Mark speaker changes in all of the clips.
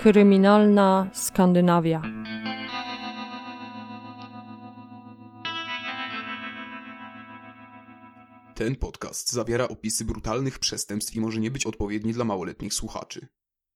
Speaker 1: Kryminalna Skandynawia.
Speaker 2: Ten podcast zawiera opisy brutalnych przestępstw i może nie być odpowiedni dla małoletnich słuchaczy.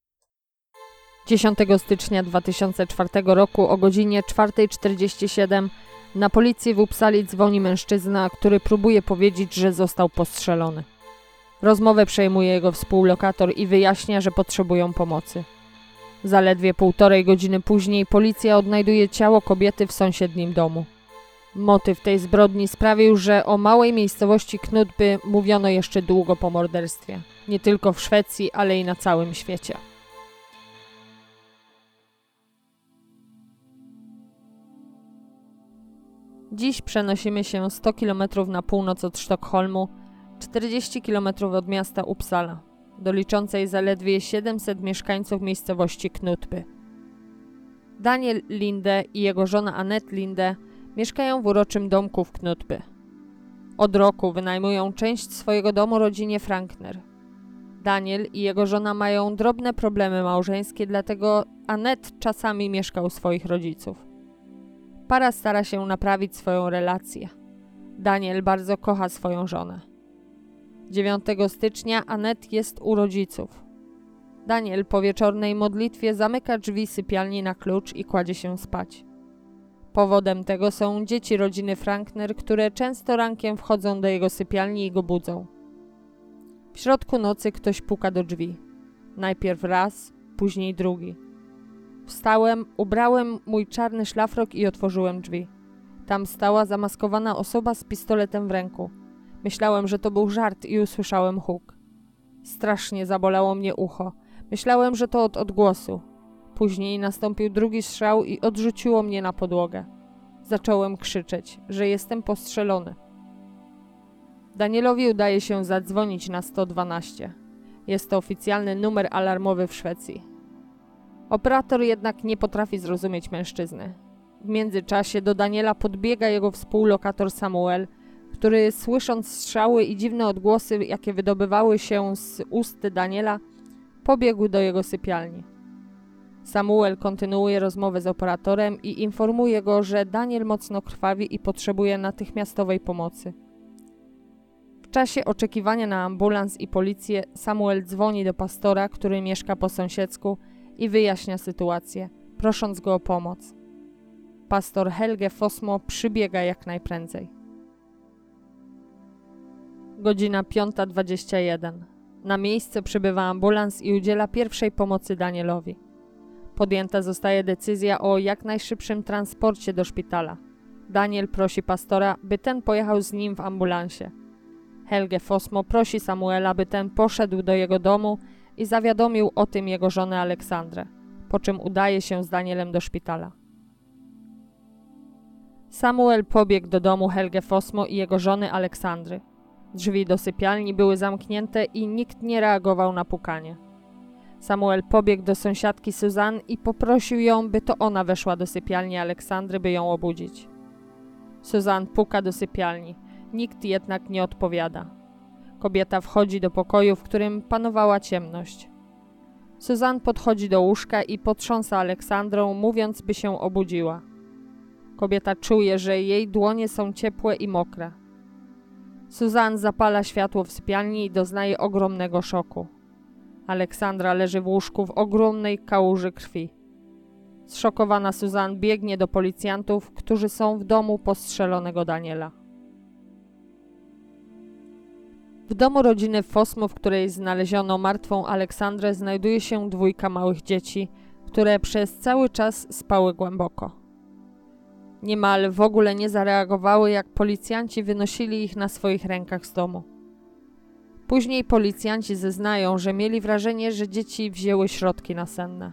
Speaker 1: 10 stycznia 2004 roku o godzinie 4:47 na policję w Uppsali dzwoni mężczyzna, który próbuje powiedzieć, że został postrzelony. Rozmowę przejmuje jego współlokator i wyjaśnia, że potrzebują pomocy. Zaledwie 1,5 godziny później policja odnajduje ciało kobiety w sąsiednim domu. Motyw tej zbrodni sprawił, że o małej miejscowości Knutby mówiono jeszcze długo po morderstwie. Nie tylko w Szwecji, ale i na całym świecie. Dziś przenosimy się 100 km na północ od Sztokholmu, 40 km od miasta Uppsala, do liczącej zaledwie 700 mieszkańców miejscowości Knutby. Daniel Linde i jego żona Annette Linde mieszkają w uroczym domku w Knutby. Od roku wynajmują część swojego domu rodzinie Frankner. Daniel i jego żona mają drobne problemy małżeńskie, dlatego Annette czasami mieszka u swoich rodziców. Para stara się naprawić swoją relację. Daniel bardzo kocha swoją żonę. 9 stycznia Annette jest u rodziców. Daniel po wieczornej modlitwie zamyka drzwi sypialni na klucz i kładzie się spać. Powodem tego są dzieci rodziny Frankner, które często rankiem wchodzą do jego sypialni i go budzą. W środku nocy ktoś puka do drzwi. Najpierw raz, później drugi. Wstałem, ubrałem mój czarny szlafrok i otworzyłem drzwi. Tam stała zamaskowana osoba z pistoletem w ręku. Myślałem, że to był żart i usłyszałem huk. Strasznie zabolało mnie ucho. Myślałem, że to od odgłosu. Później nastąpił drugi strzał i odrzuciło mnie na podłogę. Zacząłem krzyczeć, że jestem postrzelony. Danielowi udaje się zadzwonić na 112. Jest to oficjalny numer alarmowy w Szwecji. Operator jednak nie potrafi zrozumieć mężczyzny. W międzyczasie do Daniela podbiega jego współlokator Samuel, który słysząc strzały i dziwne odgłosy, jakie wydobywały się z ust Daniela, pobiegł do jego sypialni. Samuel kontynuuje rozmowę z operatorem i informuje go, że Daniel mocno krwawi i potrzebuje natychmiastowej pomocy. W czasie oczekiwania na ambulans i policję Samuel dzwoni do pastora, który mieszka po sąsiedzku i wyjaśnia sytuację, prosząc go o pomoc. Pastor Helge Fossmo przybiega jak najprędzej. Godzina 5:21. Na miejsce przybywa ambulans i udziela pierwszej pomocy Danielowi. Podjęta zostaje decyzja o jak najszybszym transporcie do szpitala. Daniel prosi pastora, by ten pojechał z nim w ambulansie. Helge Fossmo prosi Samuela, by ten poszedł do jego domu i zawiadomił o tym jego żonę Aleksandrę, po czym udaje się z Danielem do szpitala. Samuel pobiegł do domu Helge Fossmo i jego żony Aleksandry. Drzwi do sypialni były zamknięte i nikt nie reagował na pukanie. Samuel pobiegł do sąsiadki Suzanne i poprosił ją, by to ona weszła do sypialni Aleksandry, by ją obudzić. Suzanne puka do sypialni, nikt jednak nie odpowiada. Kobieta wchodzi do pokoju, w którym panowała ciemność. Suzanne podchodzi do łóżka i potrząsa Aleksandrą, mówiąc, by się obudziła. Kobieta czuje, że jej dłonie są ciepłe i mokre. Suzanne zapala światło w sypialni i doznaje ogromnego szoku. Aleksandra leży w łóżku w ogromnej kałuży krwi. Zszokowana Suzanne biegnie do policjantów, którzy są w domu postrzelonego Daniela. W domu rodziny Fossmo, w której znaleziono martwą Aleksandrę, znajduje się 2 małych dzieci, które przez cały czas spały głęboko. Niemal w ogóle nie zareagowały, jak policjanci wynosili ich na swoich rękach z domu. Później policjanci zeznają, że mieli wrażenie, że dzieci wzięły środki nasenne.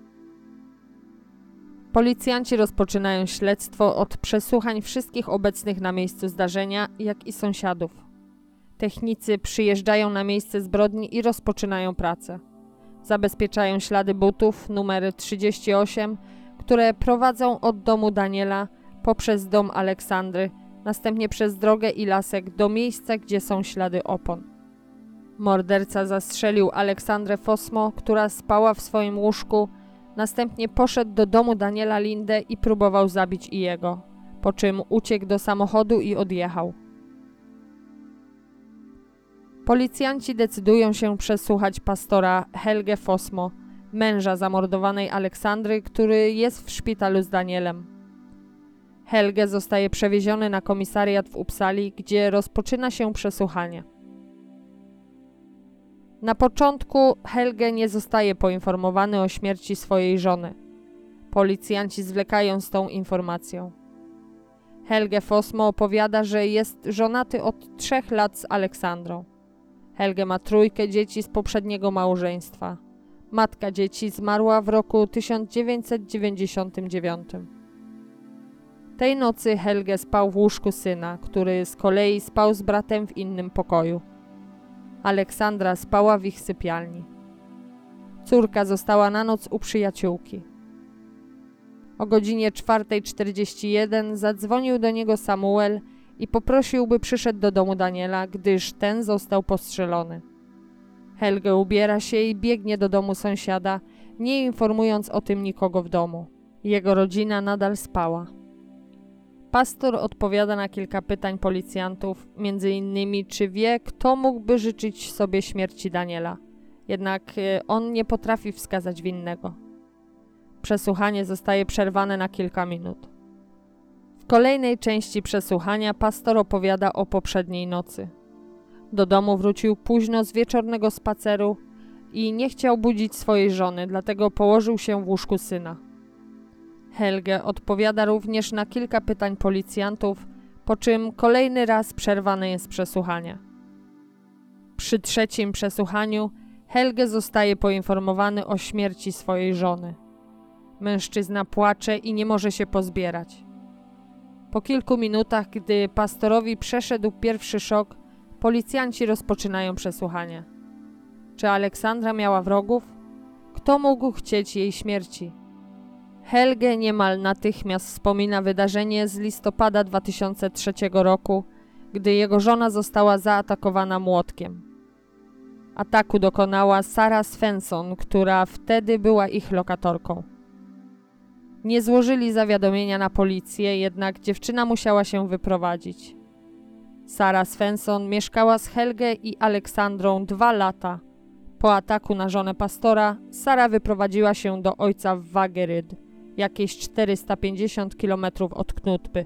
Speaker 1: Policjanci rozpoczynają śledztwo od przesłuchań wszystkich obecnych na miejscu zdarzenia, jak i sąsiadów. Technicy przyjeżdżają na miejsce zbrodni i rozpoczynają pracę. Zabezpieczają ślady butów numer 38, które prowadzą od domu Daniela poprzez dom Aleksandry, następnie przez drogę i lasek do miejsca, gdzie są ślady opon. Morderca zastrzelił Aleksandrę Fossmo, która spała w swoim łóżku, Następnie poszedł do domu Daniela Lindę i próbował zabić i jego, po czym uciekł do samochodu i odjechał. Policjanci decydują się przesłuchać pastora Helge Fossmo, męża zamordowanej Aleksandry, który jest w szpitalu z Danielem. Helge zostaje przewieziony na komisariat w Uppsali, gdzie rozpoczyna się przesłuchanie. Na początku Helge nie zostaje poinformowany o śmierci swojej żony. Policjanci zwlekają z tą informacją. Helge Fossmo opowiada, że jest żonaty od 3 lat z Aleksandrą. Helge ma 3 dzieci z poprzedniego małżeństwa. Matka dzieci zmarła w roku 1999. Tej nocy Helge spał w łóżku syna, który z kolei spał z bratem w innym pokoju. Aleksandra spała w ich sypialni. Córka została na noc u przyjaciółki. O godzinie 4:41 zadzwonił do niego Samuel i poprosił, by przyszedł do domu Daniela, gdyż ten został postrzelony. Helge ubiera się i biegnie do domu sąsiada, nie informując o tym nikogo w domu. Jego rodzina nadal spała. Pastor odpowiada na kilka pytań policjantów, między innymi czy wie, kto mógłby życzyć sobie śmierci Daniela. Jednak on nie potrafi wskazać winnego. Przesłuchanie zostaje przerwane na kilka minut. W kolejnej części przesłuchania pastor opowiada o poprzedniej nocy. Do domu wrócił późno z wieczornego spaceru i nie chciał budzić swojej żony, dlatego położył się w łóżku syna. Helge odpowiada również na kilka pytań policjantów, po czym kolejny raz przerwane jest przesłuchanie. Przy 3. przesłuchaniu Helge zostaje poinformowany o śmierci swojej żony. Mężczyzna płacze i nie może się pozbierać. Po kilku minutach, gdy pastorowi przeszedł pierwszy szok, policjanci rozpoczynają przesłuchanie. Czy Aleksandra miała wrogów? Kto mógł chcieć jej śmierci? Helge niemal natychmiast wspomina wydarzenie z listopada 2003 roku, gdy jego żona została zaatakowana młotkiem. Ataku dokonała Sara Svensson, która wtedy była ich lokatorką. Nie złożyli zawiadomienia na policję, jednak dziewczyna musiała się wyprowadzić. Sara Svensson mieszkała z Helge i Aleksandrą 2 lata. Po ataku na żonę pastora Sara wyprowadziła się do ojca w Vaggeryd, jakieś 450 km od Knutby.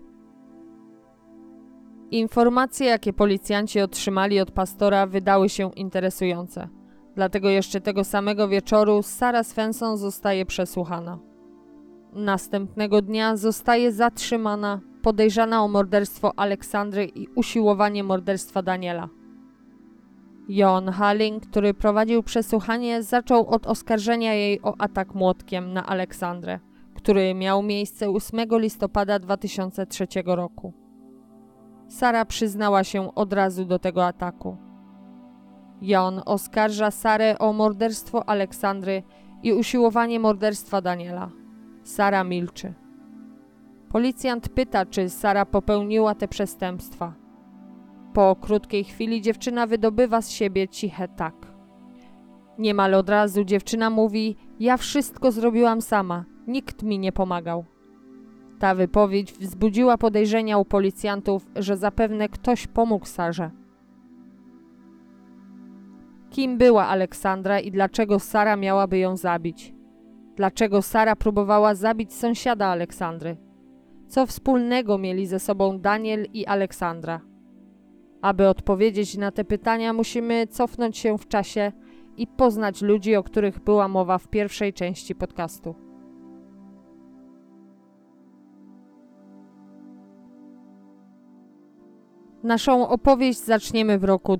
Speaker 1: Informacje, jakie policjanci otrzymali od pastora, wydały się interesujące. Dlatego jeszcze tego samego wieczoru Sara Svensson zostaje przesłuchana. Następnego dnia zostaje zatrzymana, podejrzana o morderstwo Aleksandry i usiłowanie morderstwa Daniela. Jon Halling, który prowadził przesłuchanie, zaczął od oskarżenia jej o atak młotkiem na Aleksandrę, który miał miejsce 8 listopada 2003 roku. Sara przyznała się od razu do tego ataku. Jon oskarża Sarę o morderstwo Aleksandry i usiłowanie morderstwa Daniela. Sara milczy. Policjant pyta, czy Sara popełniła te przestępstwa. Po krótkiej chwili dziewczyna wydobywa z siebie ciche tak. Niemal od razu dziewczyna mówi: ja wszystko zrobiłam sama, nikt mi nie pomagał. Ta wypowiedź wzbudziła podejrzenia u policjantów, że zapewne ktoś pomógł Sarze. Kim była Aleksandra i dlaczego Sara miałaby ją zabić? Dlaczego Sara próbowała zabić sąsiada Aleksandry? Co wspólnego mieli ze sobą Daniel i Aleksandra? Aby odpowiedzieć na te pytania, musimy cofnąć się w czasie i poznać ludzi, o których była mowa w pierwszej części podcastu. Naszą opowieść zaczniemy w roku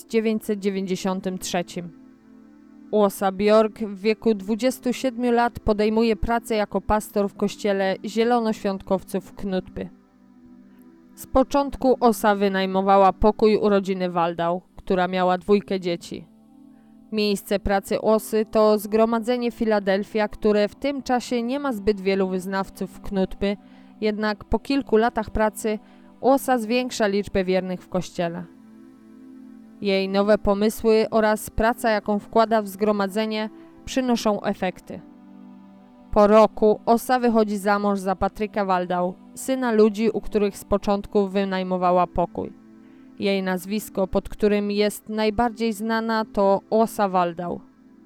Speaker 1: 1993. Åsa Björk w wieku 27 lat podejmuje pracę jako pastor w kościele Zielonoświątkowców w Knutby. Z początku Åsa wynajmowała pokój u rodziny Waldau, która miała 2 dzieci. Miejsce pracy Åsy to zgromadzenie Filadelfia, które w tym czasie nie ma zbyt wielu wyznawców w Knutby, jednak po kilku latach pracy Åsa zwiększa liczbę wiernych w kościele. Jej nowe pomysły oraz praca, jaką wkłada w zgromadzenie, przynoszą efekty. Po roku Osa wychodzi za mąż za Patryka Waldau, syna ludzi, u których z początku wynajmowała pokój. Jej nazwisko, pod którym jest najbardziej znana, to Osa Waldau.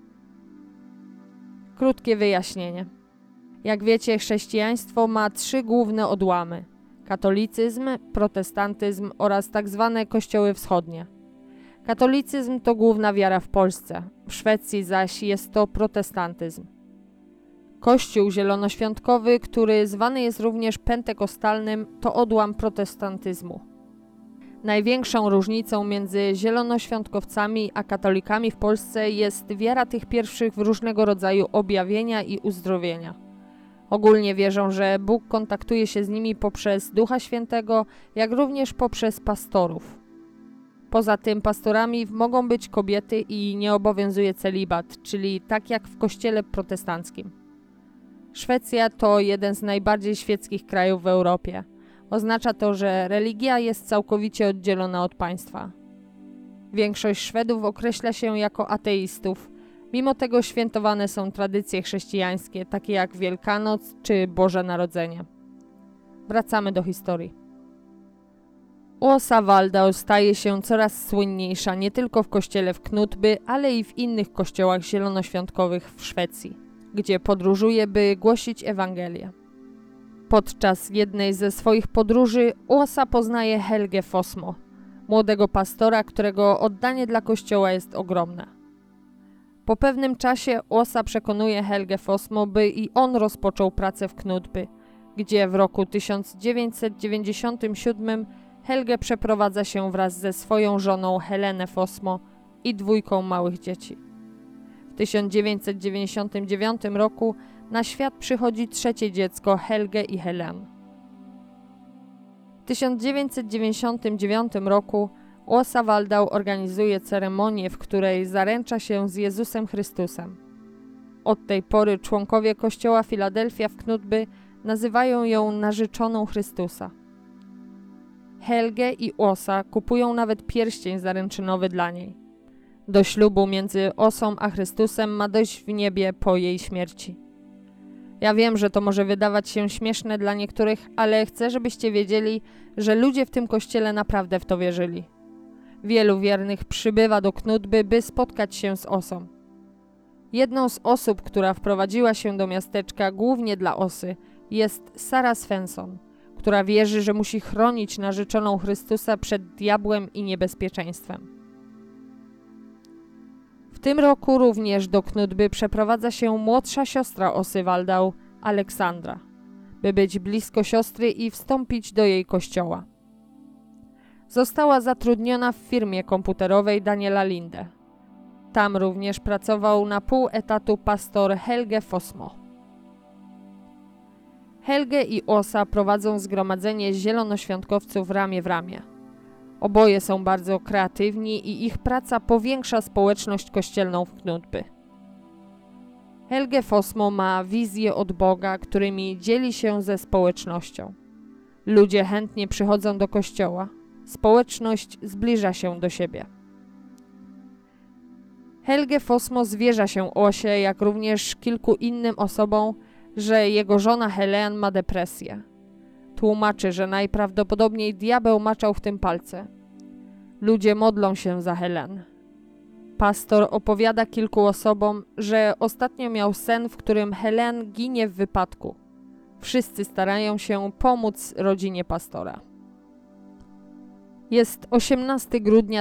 Speaker 1: Krótkie wyjaśnienie. Jak wiecie, chrześcijaństwo ma 3 główne odłamy: katolicyzm, protestantyzm oraz tzw. kościoły wschodnie. Katolicyzm to główna wiara w Polsce, w Szwecji zaś jest to protestantyzm. Kościół zielonoświątkowy, który zwany jest również pentekostalnym, to odłam protestantyzmu. Największą różnicą między zielonoświątkowcami a katolikami w Polsce jest wiara tych pierwszych w różnego rodzaju objawienia i uzdrowienia. Ogólnie wierzą, że Bóg kontaktuje się z nimi poprzez Ducha Świętego, jak również poprzez pastorów. Poza tym pastorami mogą być kobiety i nie obowiązuje celibat, czyli tak jak w kościele protestanckim. Szwecja to jeden z najbardziej świeckich krajów w Europie. Oznacza to, że religia jest całkowicie oddzielona od państwa. Większość Szwedów określa się jako ateistów, mimo tego świętowane są tradycje chrześcijańskie, takie jak Wielkanoc czy Boże Narodzenie. Wracamy do historii. Osa Waldau staje się coraz słynniejsza nie tylko w kościele w Knutby, ale i w innych kościołach zielonoświątkowych w Szwecji, gdzie podróżuje, by głosić Ewangelię. Podczas jednej ze swoich podróży Osa poznaje Helge Fossmo, młodego pastora, którego oddanie dla kościoła jest ogromne. Po pewnym czasie Osa przekonuje Helge Fossmo, by i on rozpoczął pracę w Knutby, gdzie w roku 1997 Helge przeprowadza się wraz ze swoją żoną Heleną Fossmo i 2 małych dzieci. W 1999 roku na świat przychodzi 3 dziecko Helge i Helen. W 1999 roku Osa Waldau organizuje ceremonię, w której zaręcza się z Jezusem Chrystusem. Od tej pory członkowie kościoła Filadelfia w Knutby nazywają ją narzeczoną Chrystusa. Helge i Osa kupują nawet pierścień zaręczynowy dla niej. Do ślubu między Osą a Chrystusem ma dojść w niebie po jej śmierci. Ja wiem, że to może wydawać się śmieszne dla niektórych, ale chcę, żebyście wiedzieli, że ludzie w tym kościele naprawdę w to wierzyli. Wielu wiernych przybywa do Knutby, by spotkać się z Osą. Jedną z osób, która wprowadziła się do miasteczka głównie dla Osy, jest Sara Svensson, która wierzy, że musi chronić narzeczoną Chrystusa przed diabłem i niebezpieczeństwem. W tym roku również do Knutby przeprowadza się młodsza siostra Osy Waldau, Aleksandra, by być blisko siostry i wstąpić do jej kościoła. Została zatrudniona w firmie komputerowej Daniela Linde. Tam również pracował na pół etatu pastor Helge Fossmo. Helge i Osa prowadzą zgromadzenie zielonoświątkowców ramię w ramię. Oboje są bardzo kreatywni i ich praca powiększa społeczność kościelną w Knutby. Helge Fossmo ma wizje od Boga, którymi dzieli się ze społecznością. Ludzie chętnie przychodzą do kościoła. Społeczność zbliża się do siebie. Helge Fossmo zwierza się Osie, jak również kilku innym osobom, że jego żona Helen ma depresję. Tłumaczy, że najprawdopodobniej diabeł maczał w tym palce. Ludzie modlą się za Helen. Pastor opowiada kilku osobom, że ostatnio miał sen, w którym Helen ginie w wypadku. Wszyscy starają się pomóc rodzinie pastora. Jest 18 grudnia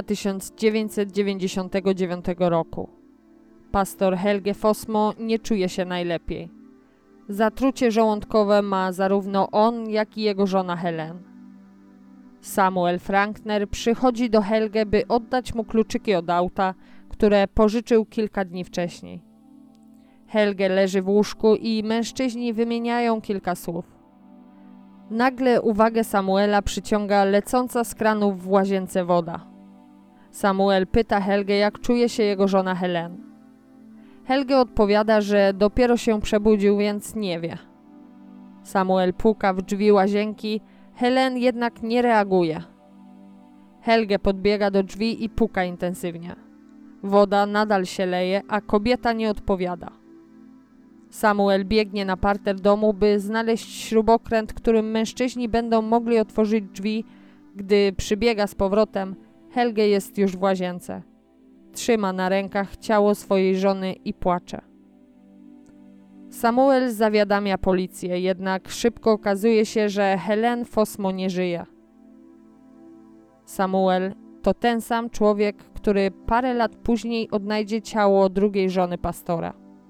Speaker 1: 1999 roku. Pastor Helge Fossmo nie czuje się najlepiej. Zatrucie żołądkowe ma zarówno on, jak i jego żona Helen. Samuel Frankner przychodzi do Helge, by oddać mu kluczyki od auta, które pożyczył kilka dni wcześniej. Helge leży w łóżku i mężczyźni wymieniają kilka słów. Nagle uwagę Samuela przyciąga lecąca z kranów w łazience woda. Samuel pyta Helge, jak czuje się jego żona Helen. Helge odpowiada, że dopiero się przebudził, więc nie wie. Samuel puka w drzwi łazienki, Helen jednak nie reaguje. Helge podbiega do drzwi i puka intensywnie. Woda nadal się leje, a kobieta nie odpowiada. Samuel biegnie na parter domu, by znaleźć śrubokręt, którym mężczyźni będą mogli otworzyć drzwi. Gdy przybiega z powrotem, Helge jest już w łazience. Trzyma na rękach ciało swojej żony i płacze. Samuel zawiadamia policję, jednak szybko okazuje się, że Helen Fossmo nie żyje. Samuel to ten sam człowiek, który parę lat później odnajdzie ciało drugiej żony pastora.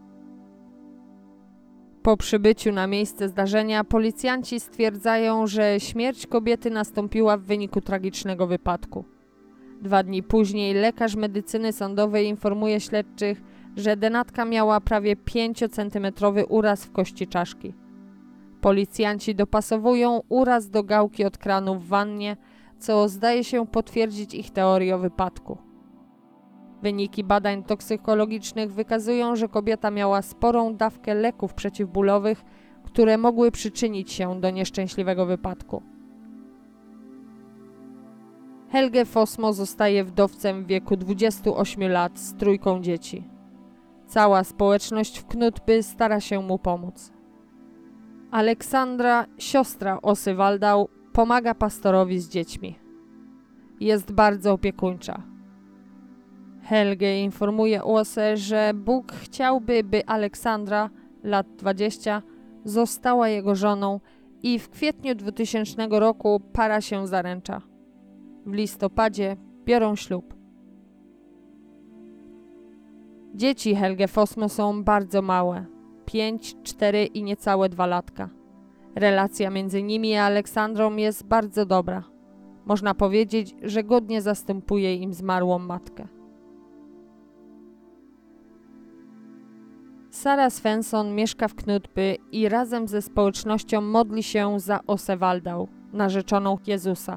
Speaker 1: Po przybyciu na miejsce zdarzenia policjanci stwierdzają, że śmierć kobiety nastąpiła w wyniku tragicznego wypadku. 2 dni później lekarz medycyny sądowej informuje śledczych, że denatka miała prawie 5-centymetrowy uraz w kości czaszki. Policjanci dopasowują uraz do gałki od kranu w wannie, co zdaje się potwierdzić ich teorię o wypadku. Wyniki badań toksykologicznych wykazują, że kobieta miała sporą dawkę leków przeciwbólowych, które mogły przyczynić się do nieszczęśliwego wypadku. Helge Fossmo zostaje wdowcem w wieku 28 lat z 3 dzieci. Cała społeczność w Knutby stara się mu pomóc. Aleksandra, siostra Osy Waldau, pomaga pastorowi z dziećmi. Jest bardzo opiekuńcza. Helge informuje Osę, że Bóg chciałby, by Aleksandra, lat 20, została jego żoną i w kwietniu 2000 roku para się zaręcza. W listopadzie biorą ślub. Dzieci Helge Fossmo są bardzo małe. 5, 4 i niecałe 2 latka. Relacja między nimi i Aleksandrą jest bardzo dobra. Można powiedzieć, że godnie zastępuje im zmarłą matkę. Sara Svensson mieszka w Knutby i razem ze społecznością modli się za Osę Waldau, narzeczoną Jezusa.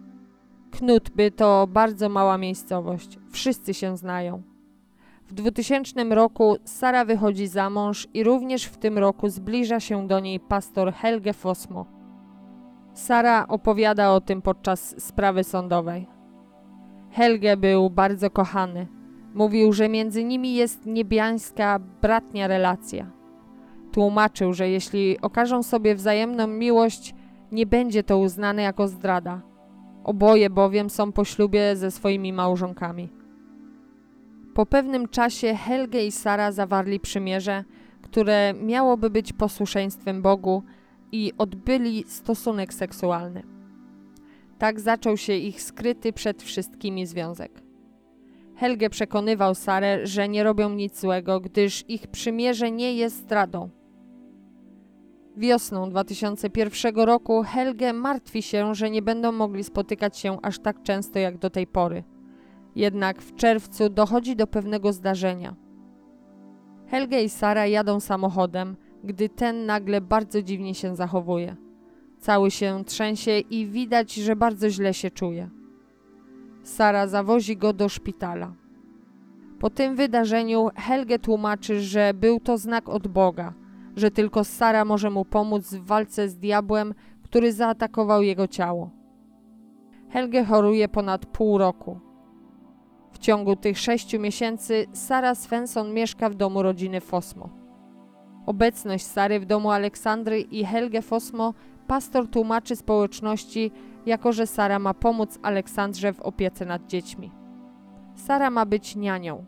Speaker 1: Knutby to bardzo mała miejscowość. Wszyscy się znają. W 2000 roku Sara wychodzi za mąż i również w tym roku zbliża się do niej pastor Helge Fossmo. Sara opowiada o tym podczas sprawy sądowej. Helge był bardzo kochany. Mówił, że między nimi jest niebiańska, bratnia relacja. Tłumaczył, że jeśli okażą sobie wzajemną miłość, nie będzie to uznane jako zdrada. Oboje bowiem są po ślubie ze swoimi małżonkami. Po pewnym czasie Helge i Sara zawarli przymierze, które miałoby być posłuszeństwem Bogu i odbyli stosunek seksualny. Tak zaczął się ich skryty przed wszystkimi związek. Helge przekonywał Sarę, że nie robią nic złego, gdyż ich przymierze nie jest zdradą. Wiosną 2001 roku Helge martwi się, że nie będą mogli spotykać się aż tak często jak do tej pory. Jednak w czerwcu dochodzi do pewnego zdarzenia. Helge i Sara jadą samochodem, gdy ten nagle bardzo dziwnie się zachowuje. Cały się trzęsie i widać, że bardzo źle się czuje. Sara zawozi go do szpitala. Po tym wydarzeniu Helge tłumaczy, że był to znak od Boga, że tylko Sara może mu pomóc w walce z diabłem, który zaatakował jego ciało. Helge choruje ponad pół roku. W ciągu tych 6 miesięcy Sara Svensson mieszka w domu rodziny Fossmo. Obecność Sary w domu Aleksandry i Helge Fossmo pastor tłumaczy społeczności, jako że Sara ma pomóc Aleksandrze w opiece nad dziećmi. Sara ma być nianią.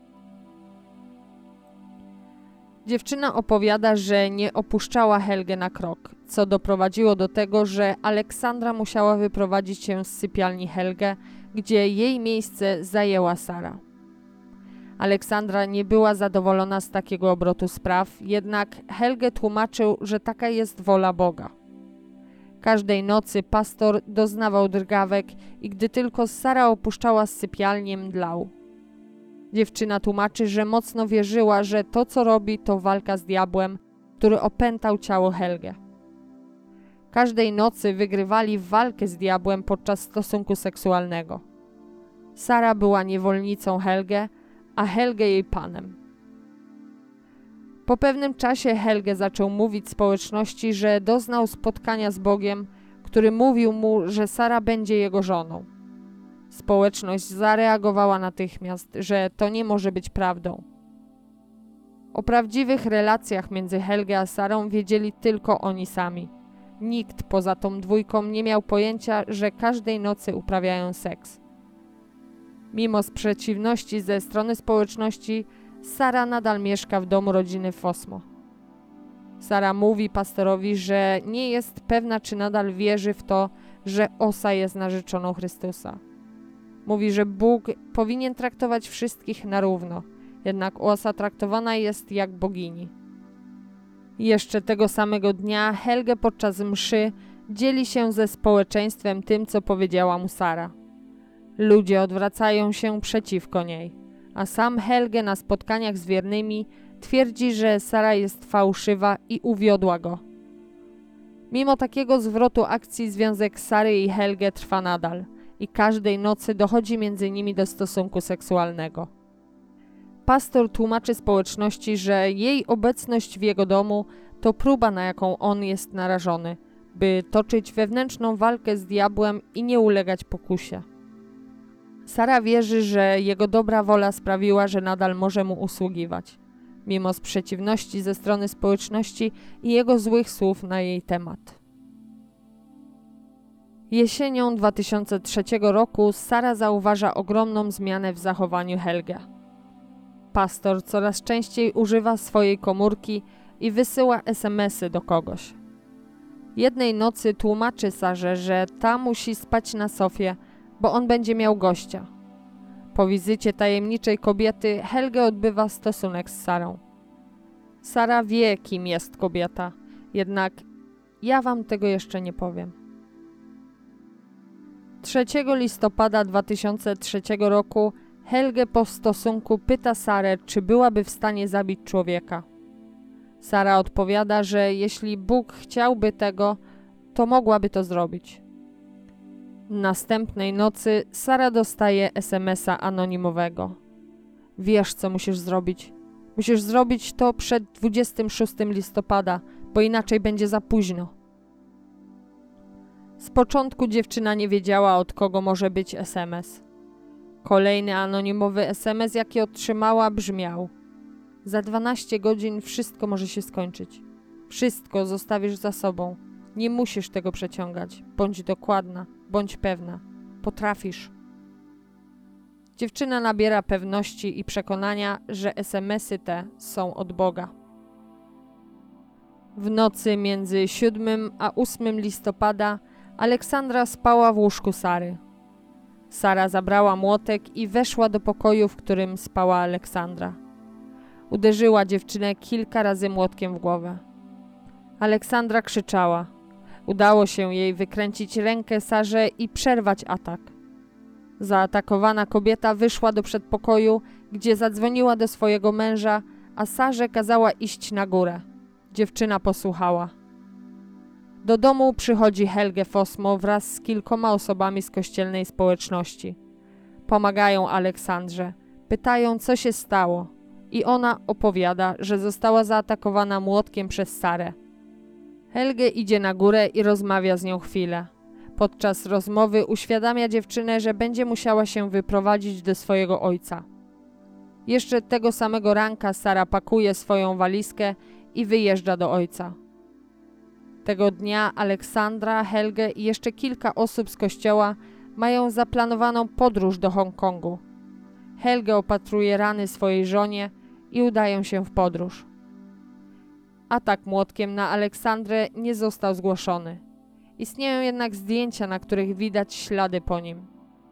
Speaker 1: Dziewczyna opowiada, że nie opuszczała Helge na krok, co doprowadziło do tego, że Aleksandra musiała wyprowadzić się z sypialni Helge, gdzie jej miejsce zajęła Sara. Aleksandra nie była zadowolona z takiego obrotu spraw, jednak Helge tłumaczył, że taka jest wola Boga. Każdej nocy pastor doznawał drgawek i gdy tylko Sara opuszczała sypialnię, mdlał. Dziewczyna tłumaczy, że mocno wierzyła, że to, co robi, to walka z diabłem, który opętał ciało Helge. Każdej nocy wygrywali walkę z diabłem podczas stosunku seksualnego. Sara była niewolnicą Helge, a Helge jej panem. Po pewnym czasie Helge zaczął mówić społeczności, że doznał spotkania z Bogiem, który mówił mu, że Sara będzie jego żoną. Społeczność zareagowała natychmiast, że to nie może być prawdą. O prawdziwych relacjach między Helgę a Sarą wiedzieli tylko oni sami. Nikt poza tą dwójką nie miał pojęcia, że każdej nocy uprawiają seks. Mimo sprzeciwności ze strony społeczności, Sara nadal mieszka w domu rodziny Fosmo. Sara mówi pastorowi, że nie jest pewna, czy nadal wierzy w to, że Osa jest narzeczoną Chrystusa. Mówi, że Bóg powinien traktować wszystkich na równo, jednak Osa traktowana jest jak bogini. Jeszcze tego samego dnia Helge podczas mszy dzieli się ze społeczeństwem tym, co powiedziała mu Sara. Ludzie odwracają się przeciwko niej, a sam Helge na spotkaniach z wiernymi twierdzi, że Sara jest fałszywa i uwiodła go. Mimo takiego zwrotu akcji związek Sary i Helge trwa nadal i każdej nocy dochodzi między nimi do stosunku seksualnego. Pastor tłumaczy społeczności, że jej obecność w jego domu to próba, na jaką on jest narażony, by toczyć wewnętrzną walkę z diabłem i nie ulegać pokusie. Sara wierzy, że jego dobra wola sprawiła, że nadal może mu usługiwać, mimo sprzeciwności ze strony społeczności i jego złych słów na jej temat. Jesienią 2003 roku Sara zauważa ogromną zmianę w zachowaniu Helge. Pastor coraz częściej używa swojej komórki i wysyła SMS-y do kogoś. Jednej nocy tłumaczy Sarze, że ta musi spać na sofie, bo on będzie miał gościa. Po wizycie tajemniczej kobiety Helge odbywa stosunek z Sarą. Sara wie, kim jest kobieta, jednak ja wam tego jeszcze nie powiem. 3 listopada 2003 roku Helge po stosunku pyta Sarę, czy byłaby w stanie zabić człowieka. Sara odpowiada, że jeśli Bóg chciałby tego, to mogłaby to zrobić. Następnej nocy Sara dostaje SMS-a anonimowego. Wiesz, co musisz zrobić. Musisz zrobić to przed 26 listopada, bo inaczej będzie za późno. Z początku dziewczyna nie wiedziała, od kogo może być SMS. Kolejny anonimowy SMS, jaki otrzymała, brzmiał: za 12 godzin wszystko może się skończyć. Wszystko zostawisz za sobą. Nie musisz tego przeciągać. Bądź dokładna, bądź pewna. Potrafisz. Dziewczyna nabiera pewności i przekonania, że SMS-y te są od Boga. W nocy między 7 a 8 listopada Aleksandra spała w łóżku Sary. Sara zabrała młotek i weszła do pokoju, w którym spała Aleksandra. Uderzyła dziewczynę kilka razy młotkiem w głowę. Aleksandra krzyczała. Udało się jej wykręcić rękę Sarze i przerwać atak. Zaatakowana kobieta wyszła do przedpokoju, gdzie zadzwoniła do swojego męża, a Sarze kazała iść na górę. Dziewczyna posłuchała. Do domu przychodzi Helge Fosmo wraz z kilkoma osobami z kościelnej społeczności. Pomagają Aleksandrze, pytają, co się stało, i ona opowiada, że została zaatakowana młotkiem przez Sarę. Helge idzie na górę i rozmawia z nią chwilę. Podczas rozmowy uświadamia dziewczynę, że będzie musiała się wyprowadzić do swojego ojca. Jeszcze tego samego ranka Sara pakuje swoją walizkę i wyjeżdża do ojca. Tego dnia Aleksandra, Helge i jeszcze kilka osób z kościoła mają zaplanowaną podróż do Hongkongu. Helge opatruje rany swojej żonie i udają się w podróż. Atak młotkiem na Aleksandrę nie został zgłoszony. Istnieją jednak zdjęcia, na których widać ślady po nim.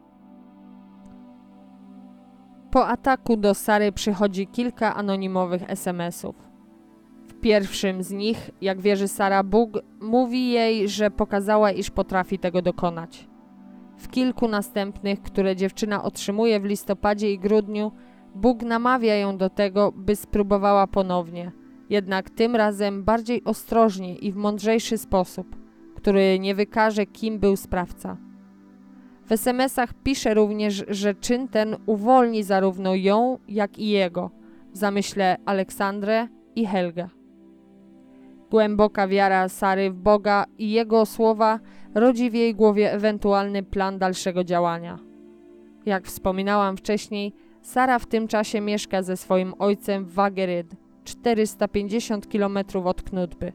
Speaker 1: Po ataku do Sary przychodzi kilka anonimowych SMS-ów. W pierwszym z nich, jak wierzy Sara, Bóg mówi jej, że pokazała, iż potrafi tego dokonać. W kilku następnych, które dziewczyna otrzymuje w listopadzie i grudniu, Bóg namawia ją do tego, by spróbowała ponownie, jednak tym razem bardziej ostrożnie i w mądrzejszy sposób, który nie wykaże, kim był sprawca. W SMS-ach pisze również, że czyn ten uwolni zarówno ją, jak i jego, w zamyśle Aleksandrę i Helga. Głęboka wiara Sary w Boga i Jego słowa rodzi w jej głowie ewentualny plan dalszego działania. Jak wspominałam wcześniej, Sara w tym czasie mieszka ze swoim ojcem w Vaggeryd, 450 km od Knutby.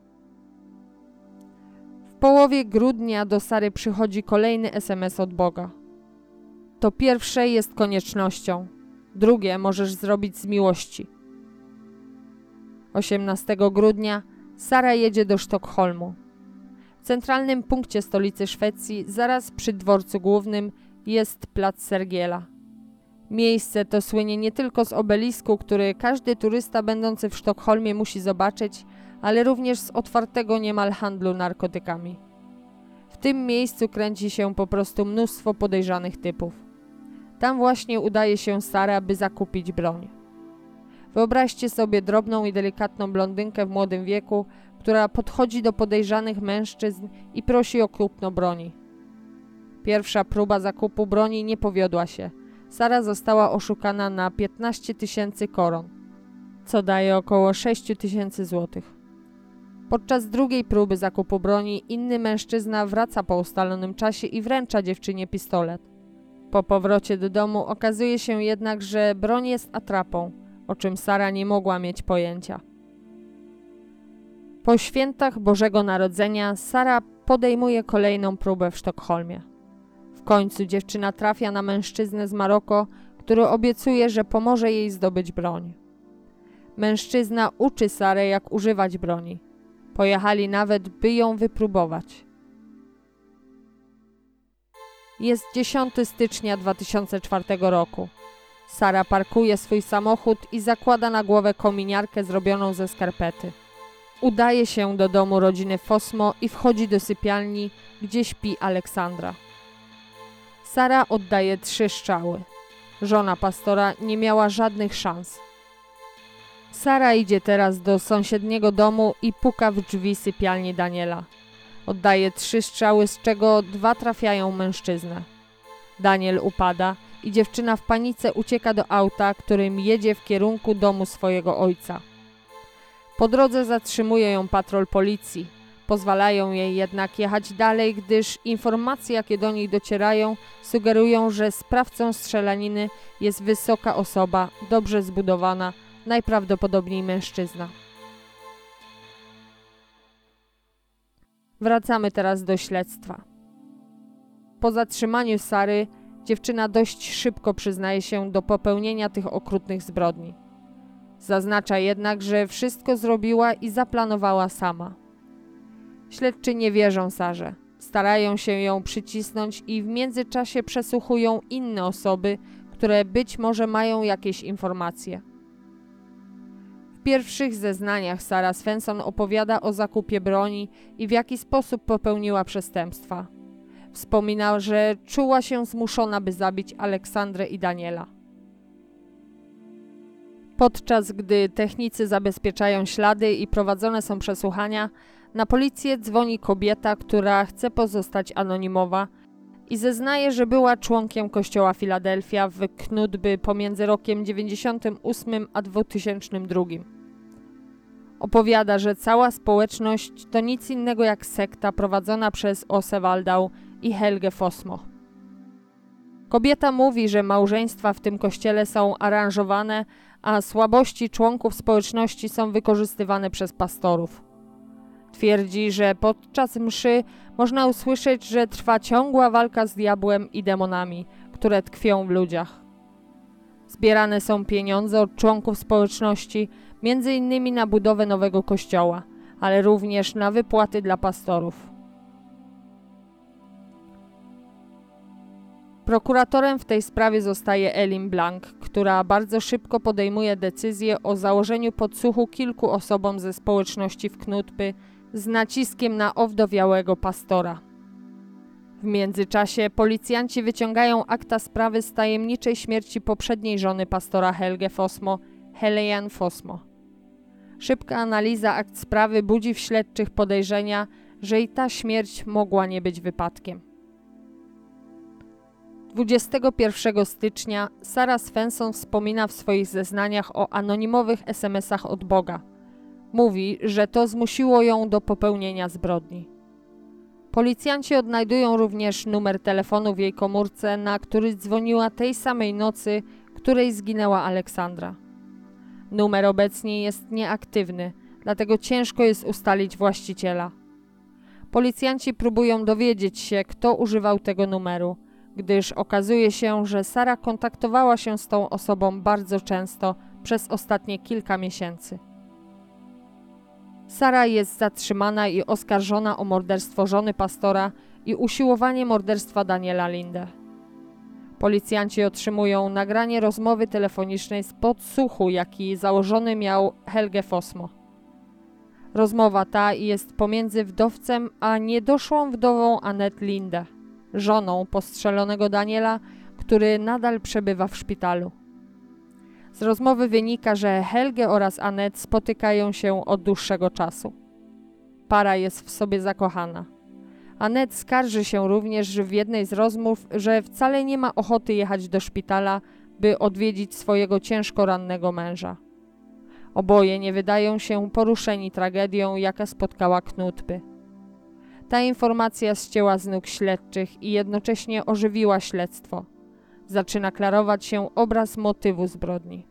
Speaker 1: W połowie grudnia do Sary przychodzi kolejny SMS od Boga. To pierwsze jest koniecznością, drugie możesz zrobić z miłości. 18 grudnia Sara jedzie do Sztokholmu. W centralnym punkcie stolicy Szwecji, zaraz przy dworcu głównym, jest plac Sergiela. Miejsce to słynie nie tylko z obelisku, który każdy turysta będący w Sztokholmie musi zobaczyć, ale również z otwartego niemal handlu narkotykami. W tym miejscu kręci się po prostu mnóstwo podejrzanych typów. Tam właśnie udaje się Sara, by zakupić broń. Wyobraźcie sobie drobną i delikatną blondynkę w młodym wieku, która podchodzi do podejrzanych mężczyzn i prosi o kupno broni. Pierwsza próba zakupu broni nie powiodła się. Sara została oszukana na 15 000 koron, co daje około 6 000 złotych. Podczas drugiej próby zakupu broni inny mężczyzna wraca po ustalonym czasie i wręcza dziewczynie pistolet. Po powrocie do domu okazuje się jednak, że broń jest atrapą, o czym Sara nie mogła mieć pojęcia. Po świętach Bożego Narodzenia Sara podejmuje kolejną próbę w Sztokholmie. W końcu dziewczyna trafia na mężczyznę z Maroko, który obiecuje, że pomoże jej zdobyć broń. Mężczyzna uczy Sarę, jak używać broni. Pojechali nawet, by ją wypróbować. Jest 10 stycznia 2004 roku. Sara parkuje swój samochód i zakłada na głowę kominiarkę zrobioną ze skarpety. Udaje się do domu rodziny Fosmo i wchodzi do sypialni, gdzie śpi Aleksandra. Sara oddaje 3 strzały. Żona pastora nie miała żadnych szans. Sara idzie teraz do sąsiedniego domu i puka w drzwi sypialni Daniela. Oddaje 3 strzały, z czego 2 trafiają mężczyznę. Daniel upada i dziewczyna w panice ucieka do auta, którym jedzie w kierunku domu swojego ojca. Po drodze zatrzymuje ją patrol policji. Pozwalają jej jednak jechać dalej, gdyż informacje, jakie do nich docierają, sugerują, że sprawcą strzelaniny jest wysoka osoba, dobrze zbudowana, najprawdopodobniej mężczyzna. Wracamy teraz do śledztwa. Po zatrzymaniu Sary dziewczyna dość szybko przyznaje się do popełnienia tych okrutnych zbrodni. Zaznacza jednak, że wszystko zrobiła i zaplanowała sama. Śledczy nie wierzą Sarze. Starają się ją przycisnąć i w międzyczasie przesłuchują inne osoby, które być może mają jakieś informacje. W pierwszych zeznaniach Sara Svensson opowiada o zakupie broni i w jaki sposób popełniła przestępstwa. Wspomina, że czuła się zmuszona, by zabić Aleksandrę i Daniela. Podczas gdy technicy zabezpieczają ślady i prowadzone są przesłuchania, na policję dzwoni kobieta, która chce pozostać anonimowa i zeznaje, że była członkiem kościoła Filadelfia w Knutby pomiędzy rokiem 98 a 2002. Opowiada, że cała społeczność to nic innego jak sekta prowadzona przez Åse Waldau i Helge Fosmo. Kobieta mówi, że małżeństwa w tym kościele są aranżowane, a słabości członków społeczności są wykorzystywane przez pastorów. Twierdzi, że podczas mszy można usłyszeć, że trwa ciągła walka z diabłem i demonami, które tkwią w ludziach. Zbierane są pieniądze od członków społeczności, m.in. na budowę nowego kościoła, ale również na wypłaty dla pastorów. Prokuratorem w tej sprawie zostaje Elin Blank, która bardzo szybko podejmuje decyzję o założeniu podsłuchu kilku osobom ze społeczności w Knutby z naciskiem na owdowiałego pastora. W międzyczasie policjanci wyciągają akta sprawy z tajemniczej śmierci poprzedniej żony pastora Helge Fosmo, Helene Fosmo. Szybka analiza akt sprawy budzi w śledczych podejrzenia, że i ta śmierć mogła nie być wypadkiem. 21 stycznia Sara Svensson wspomina w swoich zeznaniach o anonimowych SMS-ach od Boga. Mówi, że to zmusiło ją do popełnienia zbrodni. Policjanci odnajdują również numer telefonu w jej komórce, na który dzwoniła tej samej nocy, której zginęła Aleksandra. Numer obecnie jest nieaktywny, dlatego ciężko jest ustalić właściciela. Policjanci próbują dowiedzieć się, kto używał tego numeru, gdyż okazuje się, że Sara kontaktowała się z tą osobą bardzo często przez ostatnie kilka miesięcy. Sara jest zatrzymana i oskarżona o morderstwo żony pastora i usiłowanie morderstwa Daniela Linde. Policjanci otrzymują nagranie rozmowy telefonicznej z podsłuchu, jaki założony miał Helge Fossmo. Rozmowa ta jest pomiędzy wdowcem a niedoszłą wdową Annette Linde, żoną postrzelonego Daniela, który nadal przebywa w szpitalu. Z rozmowy wynika, że Helge oraz Annette spotykają się od dłuższego czasu. Para jest w sobie zakochana. Annette skarży się również w jednej z rozmów, że wcale nie ma ochoty jechać do szpitala, by odwiedzić swojego ciężko rannego męża. Oboje nie wydają się poruszeni tragedią, jaka spotkała Knutby. Ta informacja zcięła z nóg śledczych i jednocześnie ożywiła śledztwo. Zaczyna klarować się obraz motywu zbrodni.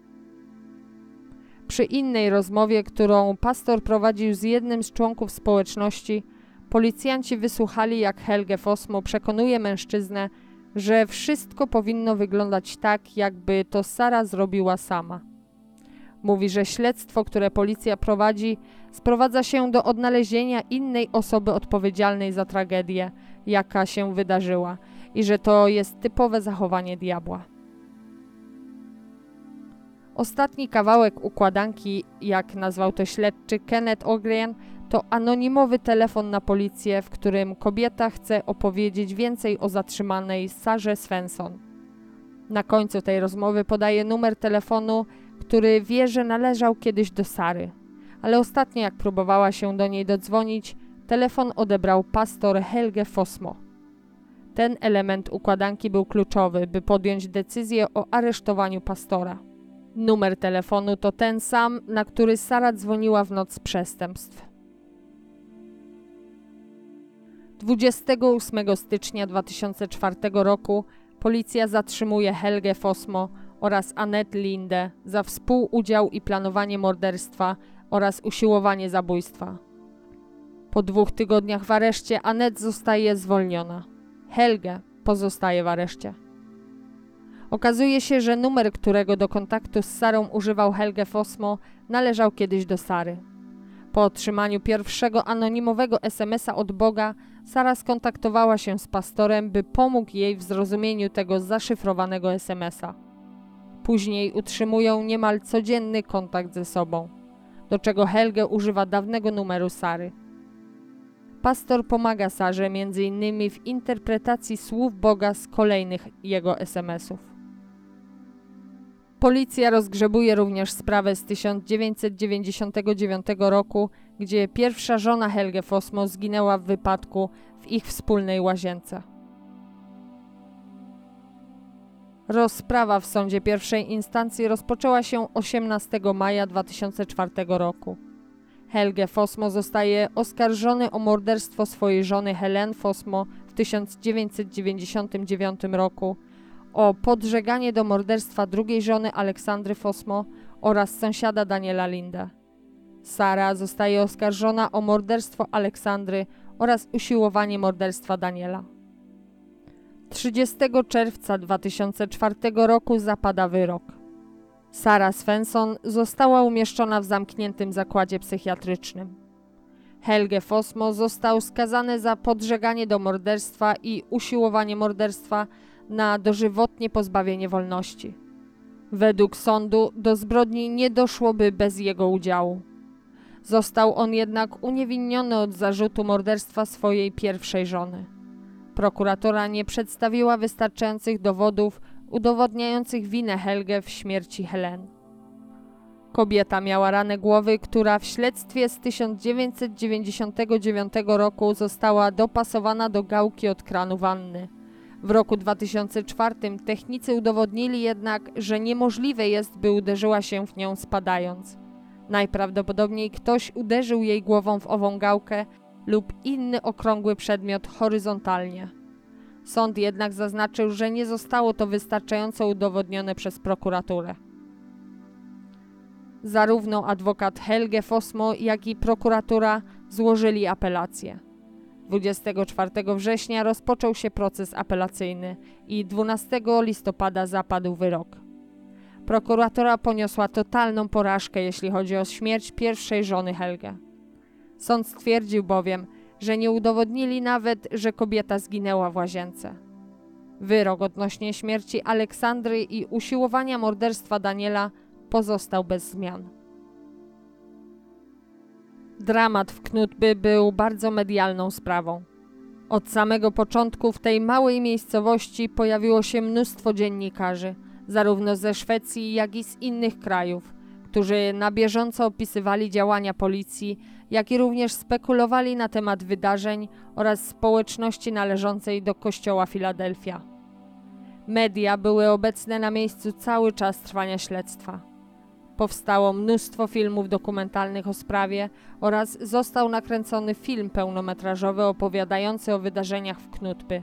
Speaker 1: Przy innej rozmowie, którą pastor prowadził z jednym z członków społeczności, policjanci wysłuchali, jak Helge Fossmo przekonuje mężczyznę, że wszystko powinno wyglądać tak, jakby to Sara zrobiła sama. Mówi, że śledztwo, które policja prowadzi, sprowadza się do odnalezienia innej osoby odpowiedzialnej za tragedię, jaka się wydarzyła, i że to jest typowe zachowanie diabła. Ostatni kawałek układanki, jak nazwał to śledczy Kenneth O'Grien, to anonimowy telefon na policję, w którym kobieta chce opowiedzieć więcej o zatrzymanej Sarze Svensson. Na końcu tej rozmowy podaje numer telefonu, który wie, że należał kiedyś do Sary, ale ostatnio, jak próbowała się do niej dodzwonić, telefon odebrał pastor Helge Fossmo. Ten element układanki był kluczowy, by podjąć decyzję o aresztowaniu pastora. Numer telefonu to ten sam, na który Sara dzwoniła w noc przestępstw. 28 stycznia 2004 roku policja zatrzymuje Helge Fossmo oraz Annette Linde za współudział i planowanie morderstwa oraz usiłowanie zabójstwa. Po 2 tygodniach w areszcie Annette zostaje zwolniona. Helge pozostaje w areszcie. Okazuje się, że numer, którego do kontaktu z Sarą używał Helge Fossmo, należał kiedyś do Sary. Po otrzymaniu pierwszego anonimowego SMS-a od Boga, Sara skontaktowała się z pastorem, by pomógł jej w zrozumieniu tego zaszyfrowanego SMS-a. Później utrzymują niemal codzienny kontakt ze sobą, do czego Helge używa dawnego numeru Sary. Pastor pomaga Sarze m.in. w interpretacji słów Boga z kolejnych jego SMS-ów. Policja rozgrzebuje również sprawę z 1999 roku, gdzie pierwsza żona Helge Fossmo zginęła w wypadku w ich wspólnej łazience. Rozprawa w sądzie pierwszej instancji rozpoczęła się 18 maja 2004 roku. Helge Fossmo zostaje oskarżony o morderstwo swojej żony Helene Fossmo w 1999 roku, o podżeganie do morderstwa drugiej żony Aleksandry Fossmo oraz sąsiada Daniela Linde. Sara zostaje oskarżona o morderstwo Aleksandry oraz usiłowanie morderstwa Daniela. 30 czerwca 2004 roku zapada wyrok. Sara Svensson została umieszczona w zamkniętym zakładzie psychiatrycznym. Helge Fossmo został skazany za podżeganie do morderstwa i usiłowanie morderstwa na dożywotnie pozbawienie wolności. Według sądu do zbrodni nie doszłoby bez jego udziału. Został on jednak uniewinniony od zarzutu morderstwa swojej pierwszej żony. Prokuratura nie przedstawiła wystarczających dowodów udowodniających winę Helge w śmierci Helen. Kobieta miała ranę głowy, która w śledztwie z 1999 roku została dopasowana do gałki od kranu wanny. W roku 2004 technicy udowodnili jednak, że niemożliwe jest, by uderzyła się w nią spadając. Najprawdopodobniej ktoś uderzył jej głową w ową gałkę lub inny okrągły przedmiot horyzontalnie. Sąd jednak zaznaczył, że nie zostało to wystarczająco udowodnione przez prokuraturę. Zarówno adwokat Helge Fossmo, jak i prokuratura złożyli apelację. 24 września rozpoczął się proces apelacyjny i 12 listopada zapadł wyrok. Prokuratura poniosła totalną porażkę, jeśli chodzi o śmierć pierwszej żony Helge. Sąd stwierdził bowiem, że nie udowodnili nawet, że kobieta zginęła w łazience. Wyrok odnośnie śmierci Aleksandry i usiłowania morderstwa Daniela pozostał bez zmian. Dramat w Knutby był bardzo medialną sprawą. Od samego początku w tej małej miejscowości pojawiło się mnóstwo dziennikarzy, zarówno ze Szwecji, jak i z innych krajów, którzy na bieżąco opisywali działania policji, jak i również spekulowali na temat wydarzeń oraz społeczności należącej do kościoła Filadelfia. Media były obecne na miejscu cały czas trwania śledztwa. Powstało mnóstwo filmów dokumentalnych o sprawie oraz został nakręcony film pełnometrażowy opowiadający o wydarzeniach w Knutby.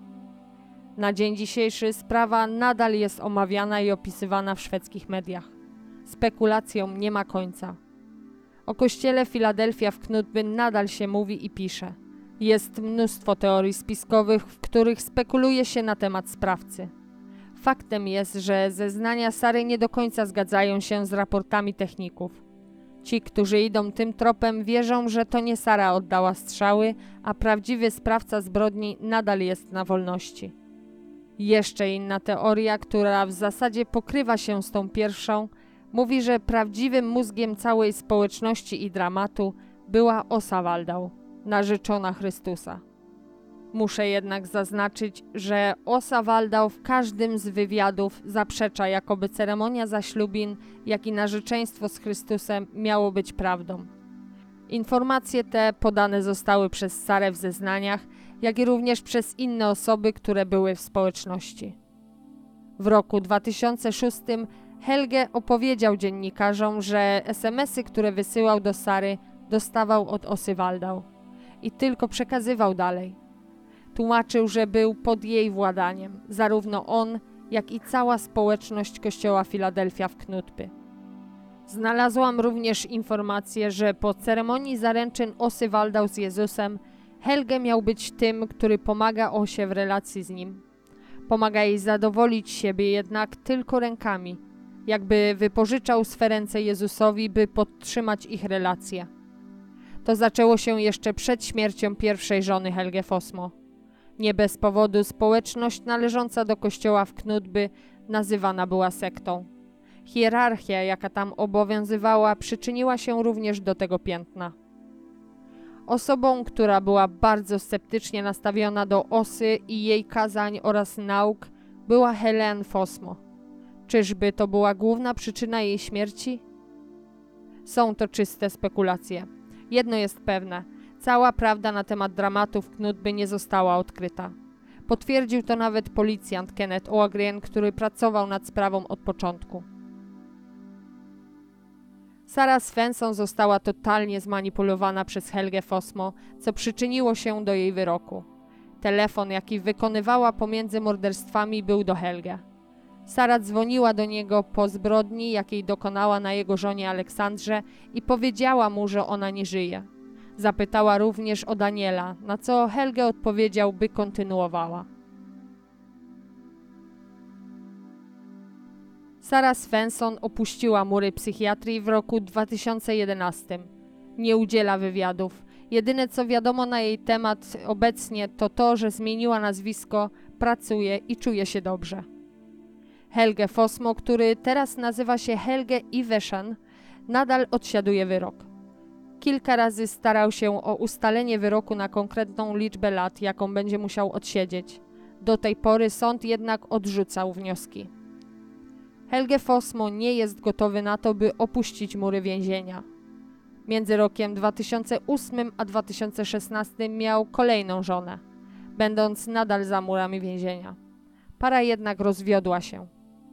Speaker 1: Na dzień dzisiejszy sprawa nadal jest omawiana i opisywana w szwedzkich mediach. Spekulacjom nie ma końca. O kościele Filadelfia w Knutby nadal się mówi i pisze. Jest mnóstwo teorii spiskowych, w których spekuluje się na temat sprawcy. Faktem jest, że zeznania Sary nie do końca zgadzają się z raportami techników. Ci, którzy idą tym tropem, wierzą, że to nie Sara oddała strzały, a prawdziwy sprawca zbrodni nadal jest na wolności. Jeszcze inna teoria, która w zasadzie pokrywa się z tą pierwszą, mówi, że prawdziwym mózgiem całej społeczności i dramatu była Åsa Waldau, narzeczona Chrystusa. Muszę jednak zaznaczyć, że Åsa Waldau w każdym z wywiadów zaprzecza, jakoby ceremonia zaślubin, jak i narzeczeństwo z Chrystusem miało być prawdą. Informacje te podane zostały przez Sarę w zeznaniach, jak i również przez inne osoby, które były w społeczności. W roku 2006 Helge opowiedział dziennikarzom, że SMS-y, które wysyłał do Sary, dostawał od Åsy Waldau i tylko przekazywał dalej. Tłumaczył, że był pod jej władaniem, zarówno on, jak i cała społeczność kościoła Filadelfia w Knutby. Znalazłam również informację, że po ceremonii zaręczyn Åsy Waldau z Jezusem Helge miał być tym, który pomaga Åsie w relacji z nim. Pomaga jej zadowolić siebie jednak tylko rękami, jakby wypożyczał swe ręce Jezusowi, by podtrzymać ich relację. To zaczęło się jeszcze przed śmiercią pierwszej żony Helge Fossmo. Nie bez powodu społeczność należąca do kościoła w Knutby nazywana była sektą. Hierarchia, jaka tam obowiązywała, przyczyniła się również do tego piętna. Osobą, która była bardzo sceptycznie nastawiona do Åsy i jej kazań oraz nauk, była Helene Fossmo. Czyżby to była główna przyczyna jej śmierci? Są to czyste spekulacje. Jedno jest pewne. Cała prawda na temat dramatu w Knutby nie została odkryta. Potwierdził to nawet policjant Kenneth Ågren, który pracował nad sprawą od początku. Sara Svensson została totalnie zmanipulowana przez Helge Fossmo, co przyczyniło się do jej wyroku. Telefon, jaki wykonywała pomiędzy morderstwami, był do Helge. Sara dzwoniła do niego po zbrodni, jakiej dokonała na jego żonie Aleksandrze i powiedziała mu, że ona nie żyje. Zapytała również o Daniela, na co Helge odpowiedział, by kontynuowała. Sara Svensson opuściła mury psychiatrii w roku 2011. Nie udziela wywiadów. Jedyne co wiadomo na jej temat obecnie to to, że zmieniła nazwisko, pracuje i czuje się dobrze. Helge Fossmo, który teraz nazywa się Helge Iversen, nadal odsiaduje wyrok. Kilka razy starał się o ustalenie wyroku na konkretną liczbę lat, jaką będzie musiał odsiedzieć. Do tej pory sąd jednak odrzucał wnioski. Helge Fossmo nie jest gotowy na to, by opuścić mury więzienia. Między rokiem 2008 a 2016 miał kolejną żonę, będąc nadal za murami więzienia. Para jednak rozwiodła się.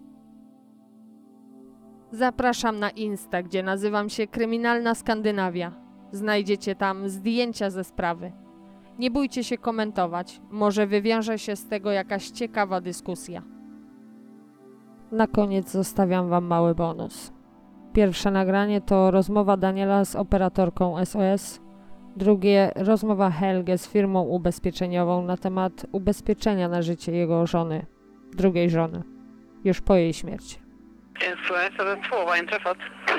Speaker 1: Zapraszam na Insta, gdzie nazywam się Kryminalna Skandynawia. Znajdziecie tam zdjęcia ze sprawy. Nie bójcie się komentować, może wywiąże się z tego jakaś ciekawa dyskusja. Na koniec zostawiam wam mały bonus. Pierwsze nagranie to rozmowa Daniela z operatorką SOS. Drugie rozmowa Helge z firmą ubezpieczeniową na temat ubezpieczenia na życie jego żony, drugiej żony, już po jej śmierci.
Speaker 3: SOS 2, vad har inträffat?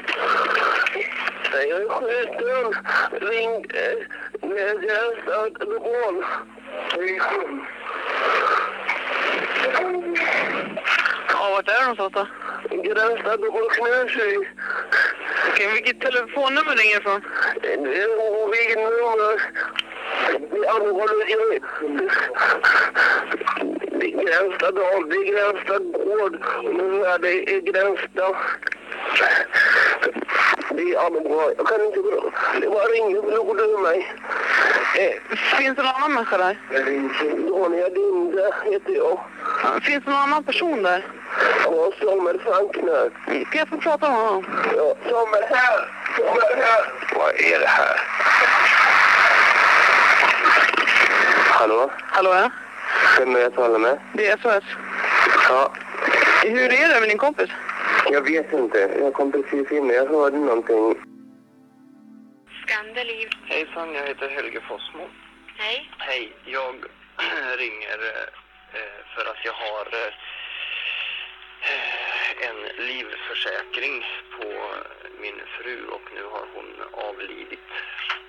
Speaker 4: Jag är skjuten, ring Gränsstad-Lobon.
Speaker 3: Ja, vart är de någonstans då?
Speaker 4: Gränsstad-Lobon Knösjö.
Speaker 3: Okej, vilket telefonnummer ringer ifrån?
Speaker 4: Vilket nummer? Det är anhållet. Det är Gränsstad Dal, det är Gränsstad Gård. Nu är det Gränsstad. Det är alla bra. Jag kan inte bra. Det bara ringer för något över mig.
Speaker 3: Finns det någon annan människa där?
Speaker 4: Daniel Linde heter jag.
Speaker 3: Finns det någon annan person där?
Speaker 4: Ja, Samuel Frankner.
Speaker 3: Kan jag få prata med honom?
Speaker 4: Ja, Samuel här. Samuel här. Vad är det här? Hallå?
Speaker 3: Hallå, ja?
Speaker 4: Vem är jag talar med?
Speaker 3: Det är SOS.
Speaker 4: Ja,
Speaker 3: Hur är det med din kompis?
Speaker 4: jag vet inte. Jag kom precis in. Jag hörde någonting.
Speaker 5: Skandeliv.
Speaker 6: Hejsan, jag heter Helge Fossmo.
Speaker 5: Hej.
Speaker 6: Hej, jag ringer för att jag har en livförsäkring på min fru och nu har hon avlidit.